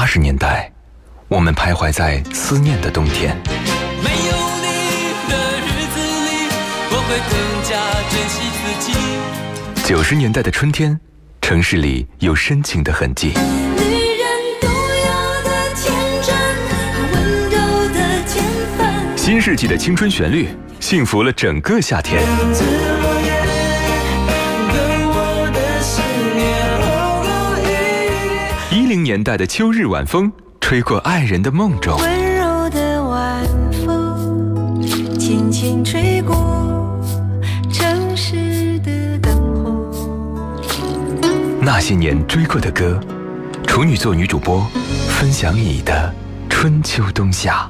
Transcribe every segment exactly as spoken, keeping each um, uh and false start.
八十年代，我们徘徊在思念的冬天。 没有你的日子里，我会更加珍惜自己。 九十年代的春天，城市里有深情的痕迹。 女人独有的天真和温柔的天分， 新世纪的青春旋律，幸福了整个夏天。一零年代的秋日晚风，吹过爱人的梦中。 温柔的晚风，轻轻吹过城市的灯红。 那些年追过的歌，处女座女主播分享你的春秋冬夏。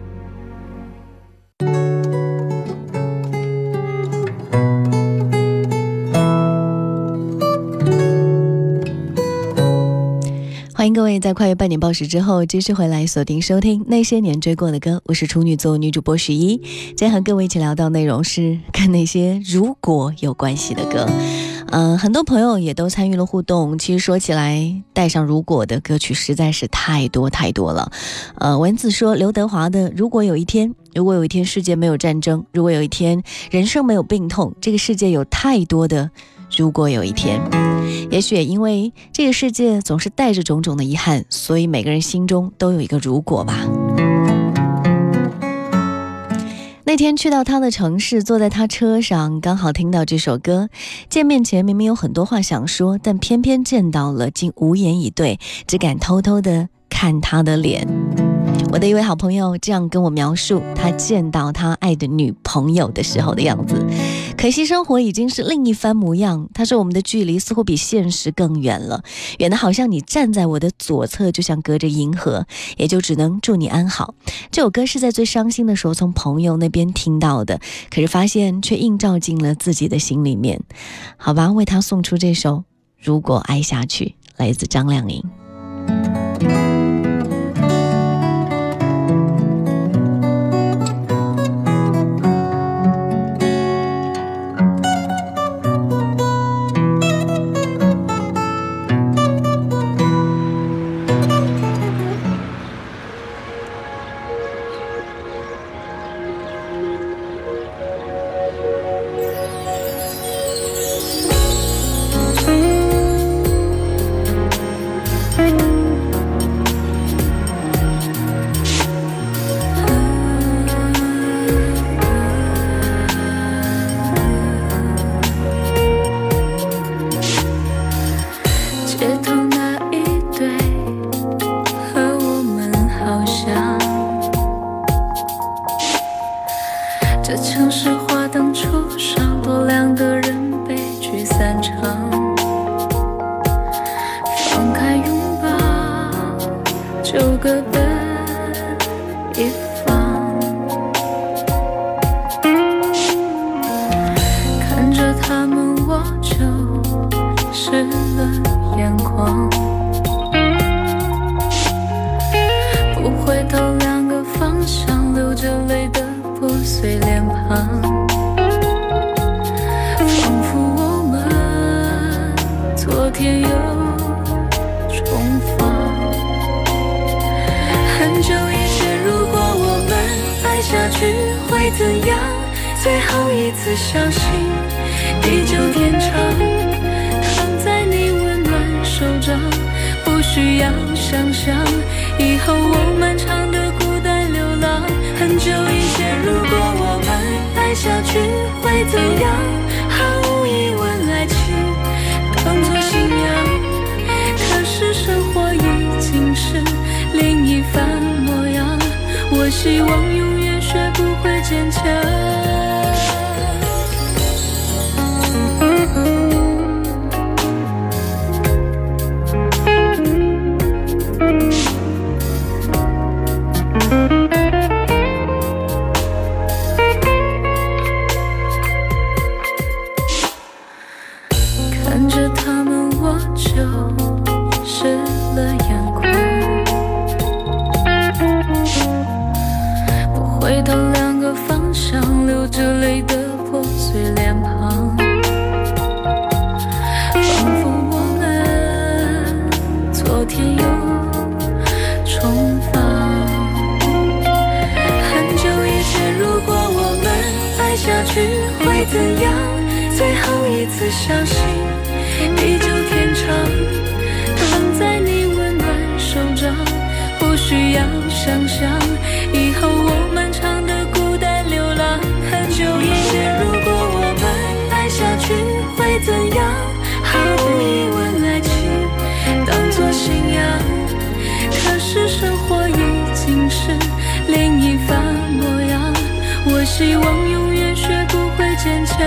欢迎各位在跨越半年报时之后继续回来锁定收听那些年追过的歌，我是处女座女主播十一。今天和各位一起聊到内容是跟那些如果有关系的歌。嗯、呃，很多朋友也都参与了互动。其实说起来，带上如果的歌曲实在是太多太多了。呃，文字说刘德华的《如果有一天》，如果有一天世界没有战争，如果有一天人生没有病痛，这个世界有太多的如果有一天。也许也因为这个世界总是带着种种的遗憾，所以每个人心中都有一个如果吧。那天去到他的城市，坐在他车上，刚好听到这首歌。见面前明明有很多话想说，但偏偏见到了，竟无言以对，只敢偷偷的看他的脸。我的一位好朋友这样跟我描述他见到他爱的女朋友的时候的样子。可惜生活已经是另一番模样，他说我们的距离似乎比现实更远了，远的好像你站在我的左侧，就像隔着银河，也就只能祝你安好。这首歌是在最伤心的时候从朋友那边听到的，可是发现却映照进了自己的心里面。好吧，为他送出这首《如果爱下去》，来自张靓颖。 最后一次相信地久天长，躺在你温暖手掌，不需要想象以后我漫长的孤单流浪。很久以前，如果我们爱下去会怎样？毫无疑问，爱情当作信仰，可是生活已经是另一番模样。我希望永远学不会坚强。看着他们，我就湿了眼眶，不回头两个方向，流着泪的破碎脸庞，仿佛我们昨天又会怎样？最后一次相信地久天长，躺在你温暖手掌，不需要想象以后我漫长的孤单流浪。很久以前，如果我们爱下去会怎样？毫无疑问，爱情当作信仰，可是生活已经是另一番模样。我希望永远学不会坚强。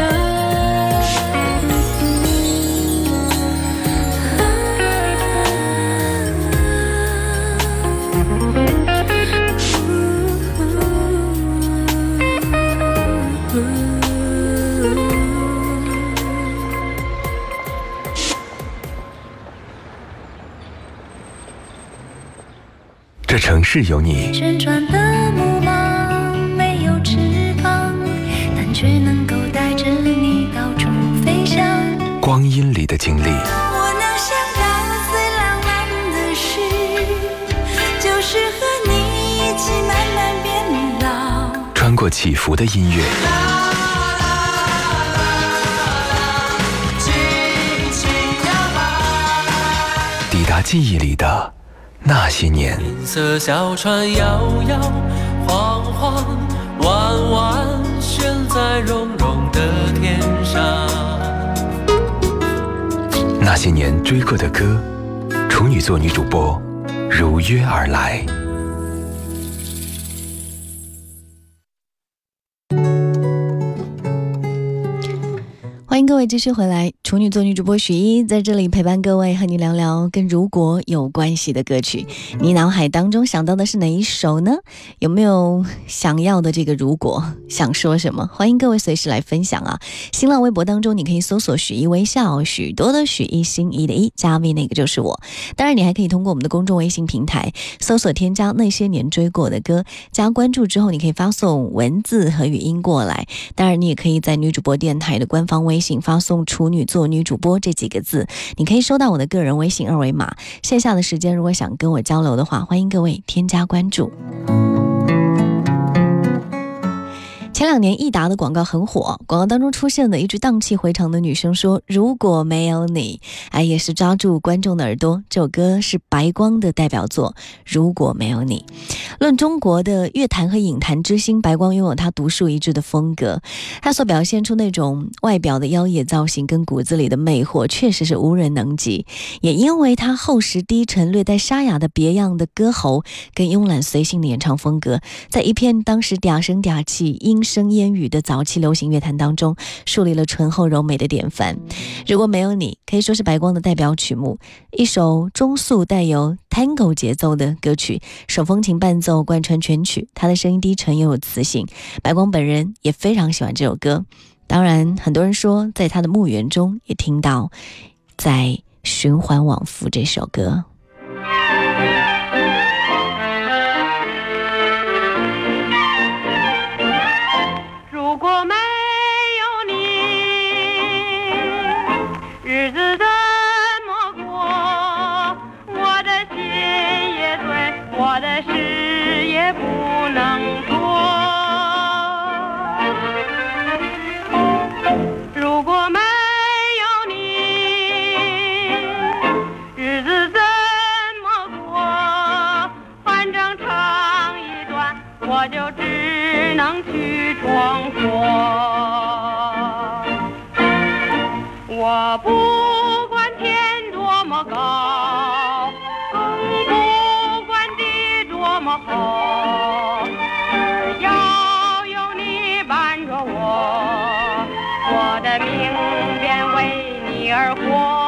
这城市有你， 旋转的木马没有翅膀，但却能够带着你到处飞翔。 光阴里的经历， 我能想到最浪漫的事，就是和你一起慢慢变老。 穿过起伏的音乐，抵达记忆里的那些年。 银色小船摇摇晃晃，弯弯悬在绒绒的天上。 那些年追过的歌，处女座女主播如约而来。 欢迎各位继续回来，处女座女主播许一在这里陪伴各位，和你聊聊跟如果有关系的歌曲。你脑海当中想到的是哪一首呢？有没有想要的这个如果，想说什么？欢迎各位随时来分享啊！新浪微博当中你可以搜索许一微笑，许多的许一，心仪的一，加 V 那个就是我。当然你还可以通过我们的公众微信平台搜索添加那些年追过的歌，加关注之后你可以发送文字和语音过来。当然你也可以在女主播电台的官方微信发送处女座女主播这几个字，你可以收到我的个人微信二维码。线下的时间如果想跟我交流的话，欢迎各位添加关注。前两年益达的广告很火，广告当中出现的一句荡气回肠的女生说如果没有你，哎，也是抓住观众的耳朵。这首歌是白光的代表作，如果没有你。论中国的乐坛和影坛之星，白光拥有他独树一帜的风格，他所表现出那种外表的妖冶造型跟骨子里的魅惑确实是无人能及。也因为他厚实低沉略带沙哑的别样的歌喉跟慵懒随性的演唱风格，在一片当时嗲声嗲气阴声烟雨的早期流行乐坛当中树立了醇厚柔美的典范。如果没有你可以说是白光的代表曲目，一首中速带有 tango 节奏的歌曲，手风琴伴奏贯穿全曲，他的声音低沉又有磁性，白光本人也非常喜欢这首歌。当然很多人说在他的墓园中也听到在循环往复这首歌。 如果没有你，日子怎么过？我的心也碎，我的事也不能做。如果没有你，日子怎么过？反正长一段，我就只能去闯祸。我不管天多么高，更不管地多么厚，只要有你伴着我，我的命便为你而活。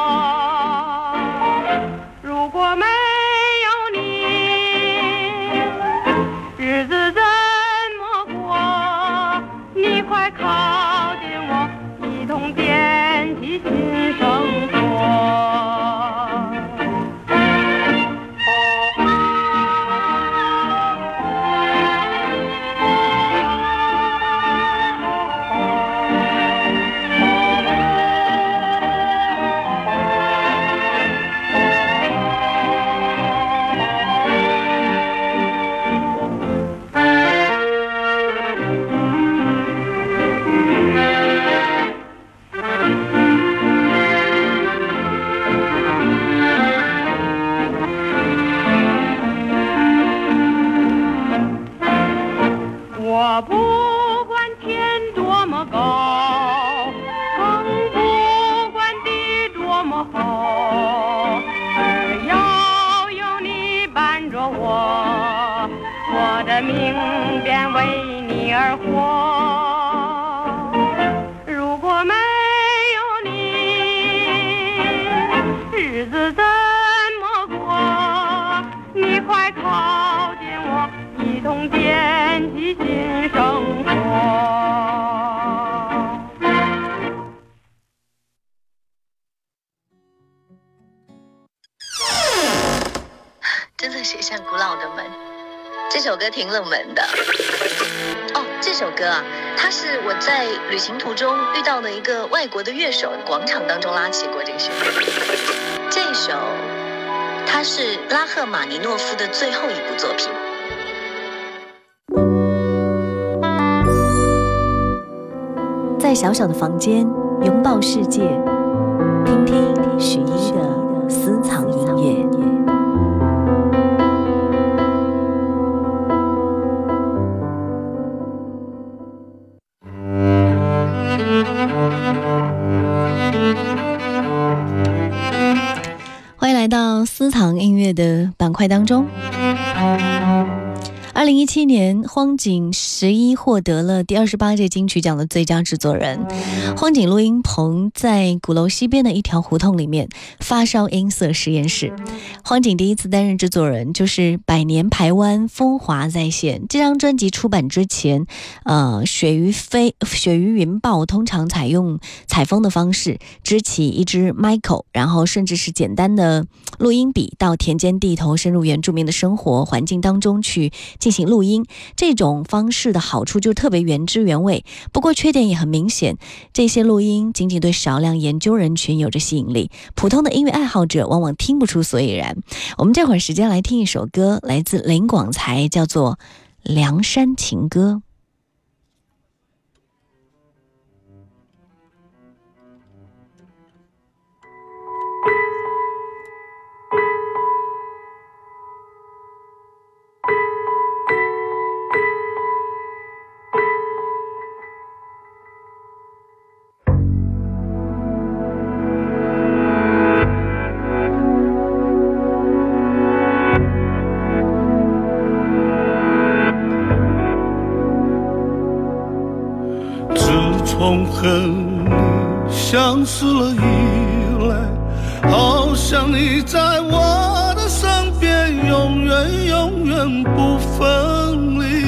如果没有你，日子怎么过？你快靠近我，一同点起新生活。 我，我的命便为你而活。如果没有你，日子怎么过？你快靠近我，一同惦记新生活。 真的是像古老的门。这首歌挺冷门的。哦，这首歌啊，它是我在旅行途中遇到的一个外国的乐手，广场当中拉起过这个旋律。这首它是拉赫玛尼诺夫的最后一部作品。在小小的房间拥抱世界，听听许一的私藏音乐。欢迎来到私藏音乐的板块当中。二零一七年，荒井十一获得了第二十八届金曲奖的最佳制作人。荒井录音棚在鼓楼西边的一条胡同里面，发烧音色实验室。荒井第一次担任制作人就是《百年排湾风华再现》这张专辑出版之前，呃，雪鱼飞雪鱼云豹通常采用采风的方式，支起一支 Michael， 然后甚至是简单的录音笔，到田间地头，深入原住民的生活环境当中去进行录音。这种方式的好处就是特别原汁原味，不过缺点也很明显，这些录音仅仅对少量研究人群有着吸引力，普通的音乐爱好者往往听不出所以然。我们这会儿时间来听一首歌，来自林广才，叫做《梁山情歌》。 从和你相识了以来，好像你在我的身边，永远永远不分离。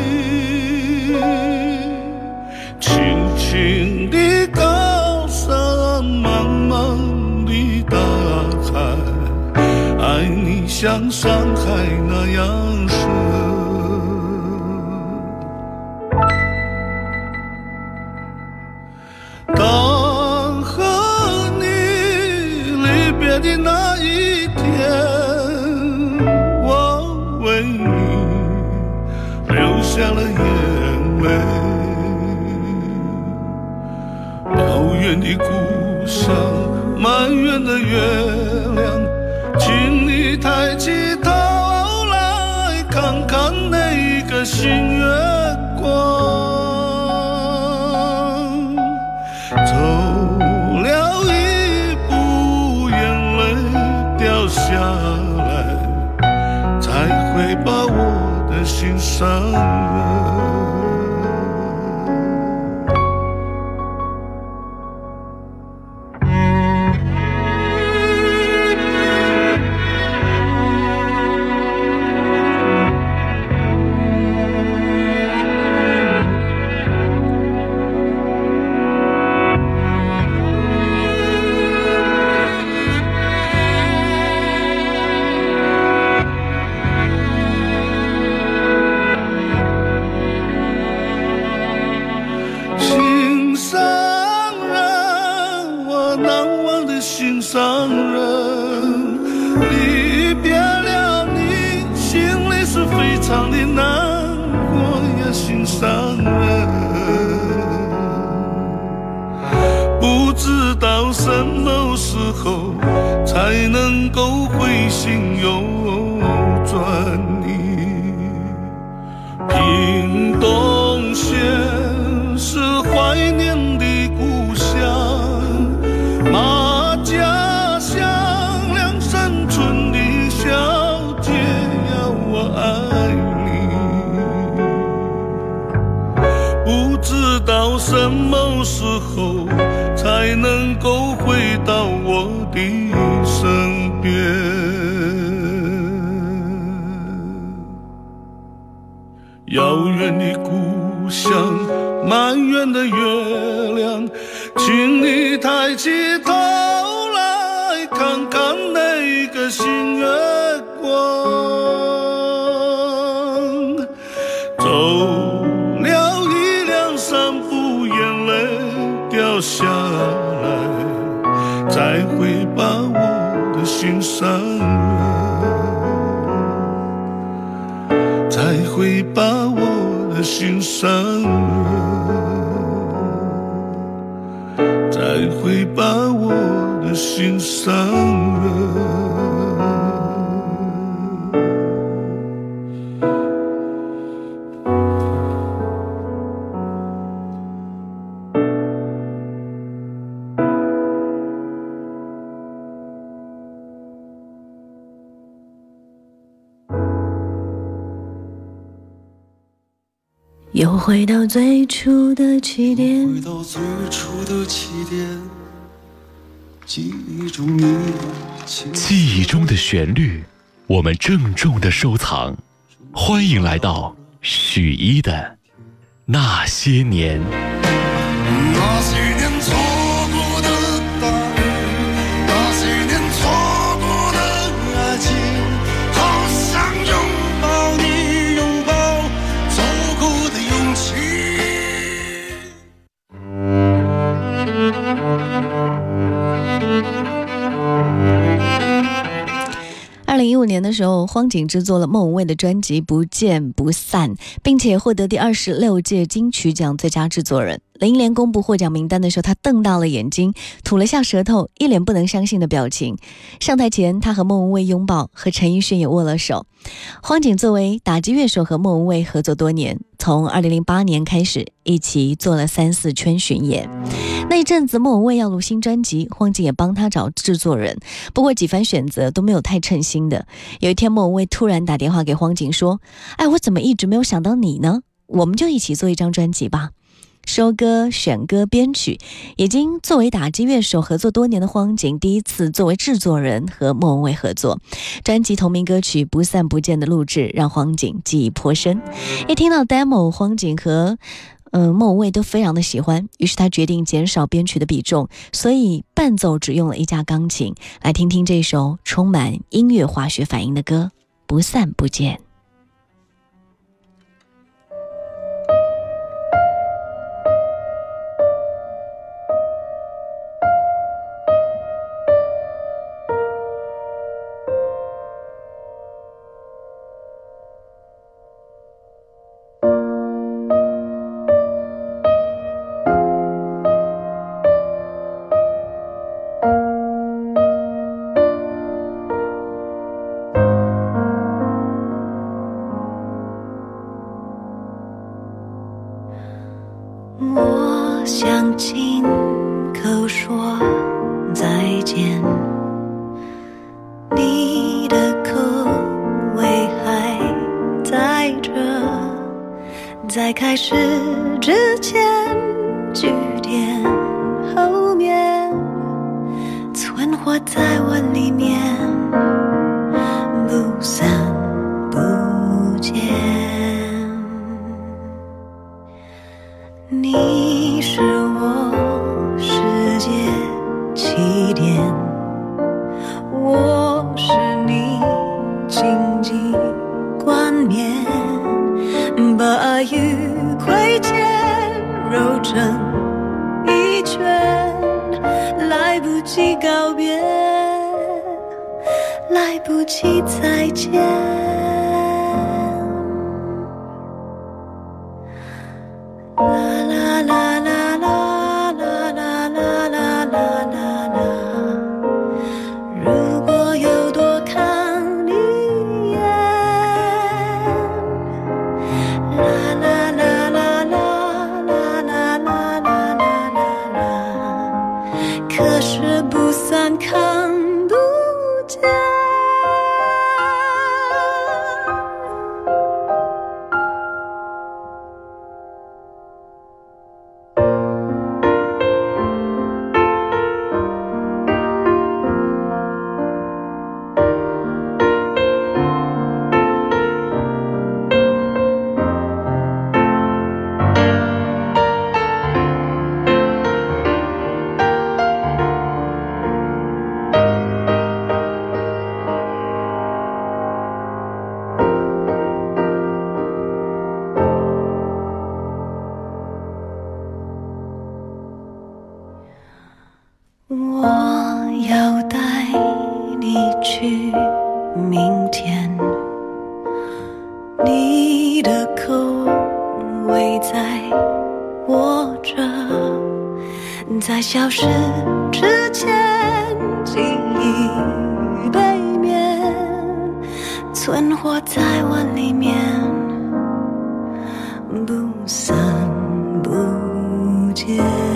轻轻的高山，茫茫的大海，爱你像山海那样深。当和你离别的那一天，我为你流下了眼泪。遥远的故乡，满圆的月亮，请你抬起头来看看那个新月光。走了一步，眼泪掉下来，才会把我的心上人。心上人，离别了你，心里是非常的难过呀，心上人。不知道什么时候才能够回心又转意。屏东县是怀念的故乡，马家乡两山村的小姐呀， 什么时候才能够回到我的身边？遥远的故乡，满圆的月亮，请你抬起头来看看那个新月光。走了一两三步，眼泪掉下来，再会把我的心上人，再会把我的心上人，再会把我的心上人。 又回到最初的起点， 回到最初的起点，记忆中你记忆中的旋律，我们郑重的收藏。欢迎来到许一的那些年。 那些年错过的大雨，那些年错过的爱情，好想拥抱你，拥抱走过的勇气。 二零一五年的时候，荒井制作了莫文蔚的专辑《不见不散》，并且获得第二十六届金曲奖最佳制作人。林忆莲公布获奖名单的时候，她瞪大了眼睛，吐了下舌头，一脸不能相信的表情。上台前，她和莫文蔚拥抱，和陈奕迅也握了手。荒井作为打击乐手和莫文蔚合作多年，从二零零八年开始一起做了三四圈巡演。那一阵子莫文蔚要录新专辑，荒井也帮他找制作人，不过几番选择都没有太称心的。有一天莫文蔚突然打电话给荒井说，哎，我怎么一直没有想到你呢？我们就一起做一张专辑吧。收歌、选歌、编曲，已经作为打击乐手合作多年的荒井，第一次作为制作人和莫文蔚合作。专辑同名歌曲《不散不见》的录制让荒井记忆颇深。一听到 demo， 荒井和嗯，莫文蔚都非常的喜欢，于是他决定减少编曲的比重，所以伴奏只用了一架钢琴。来听听这首充满音乐化学反应的歌《不散不见》。 我想亲口说再见，你的口味还在这，在开始之前句点后面存活在我里面，不散不见。你是我世界起点，我是你荆棘冠冕，把与亏欠揉成一圈，来不及告别，来不及再见。 去明天，你的口味在我这，在消失之前，记忆背面存活在碗里面，不散不见。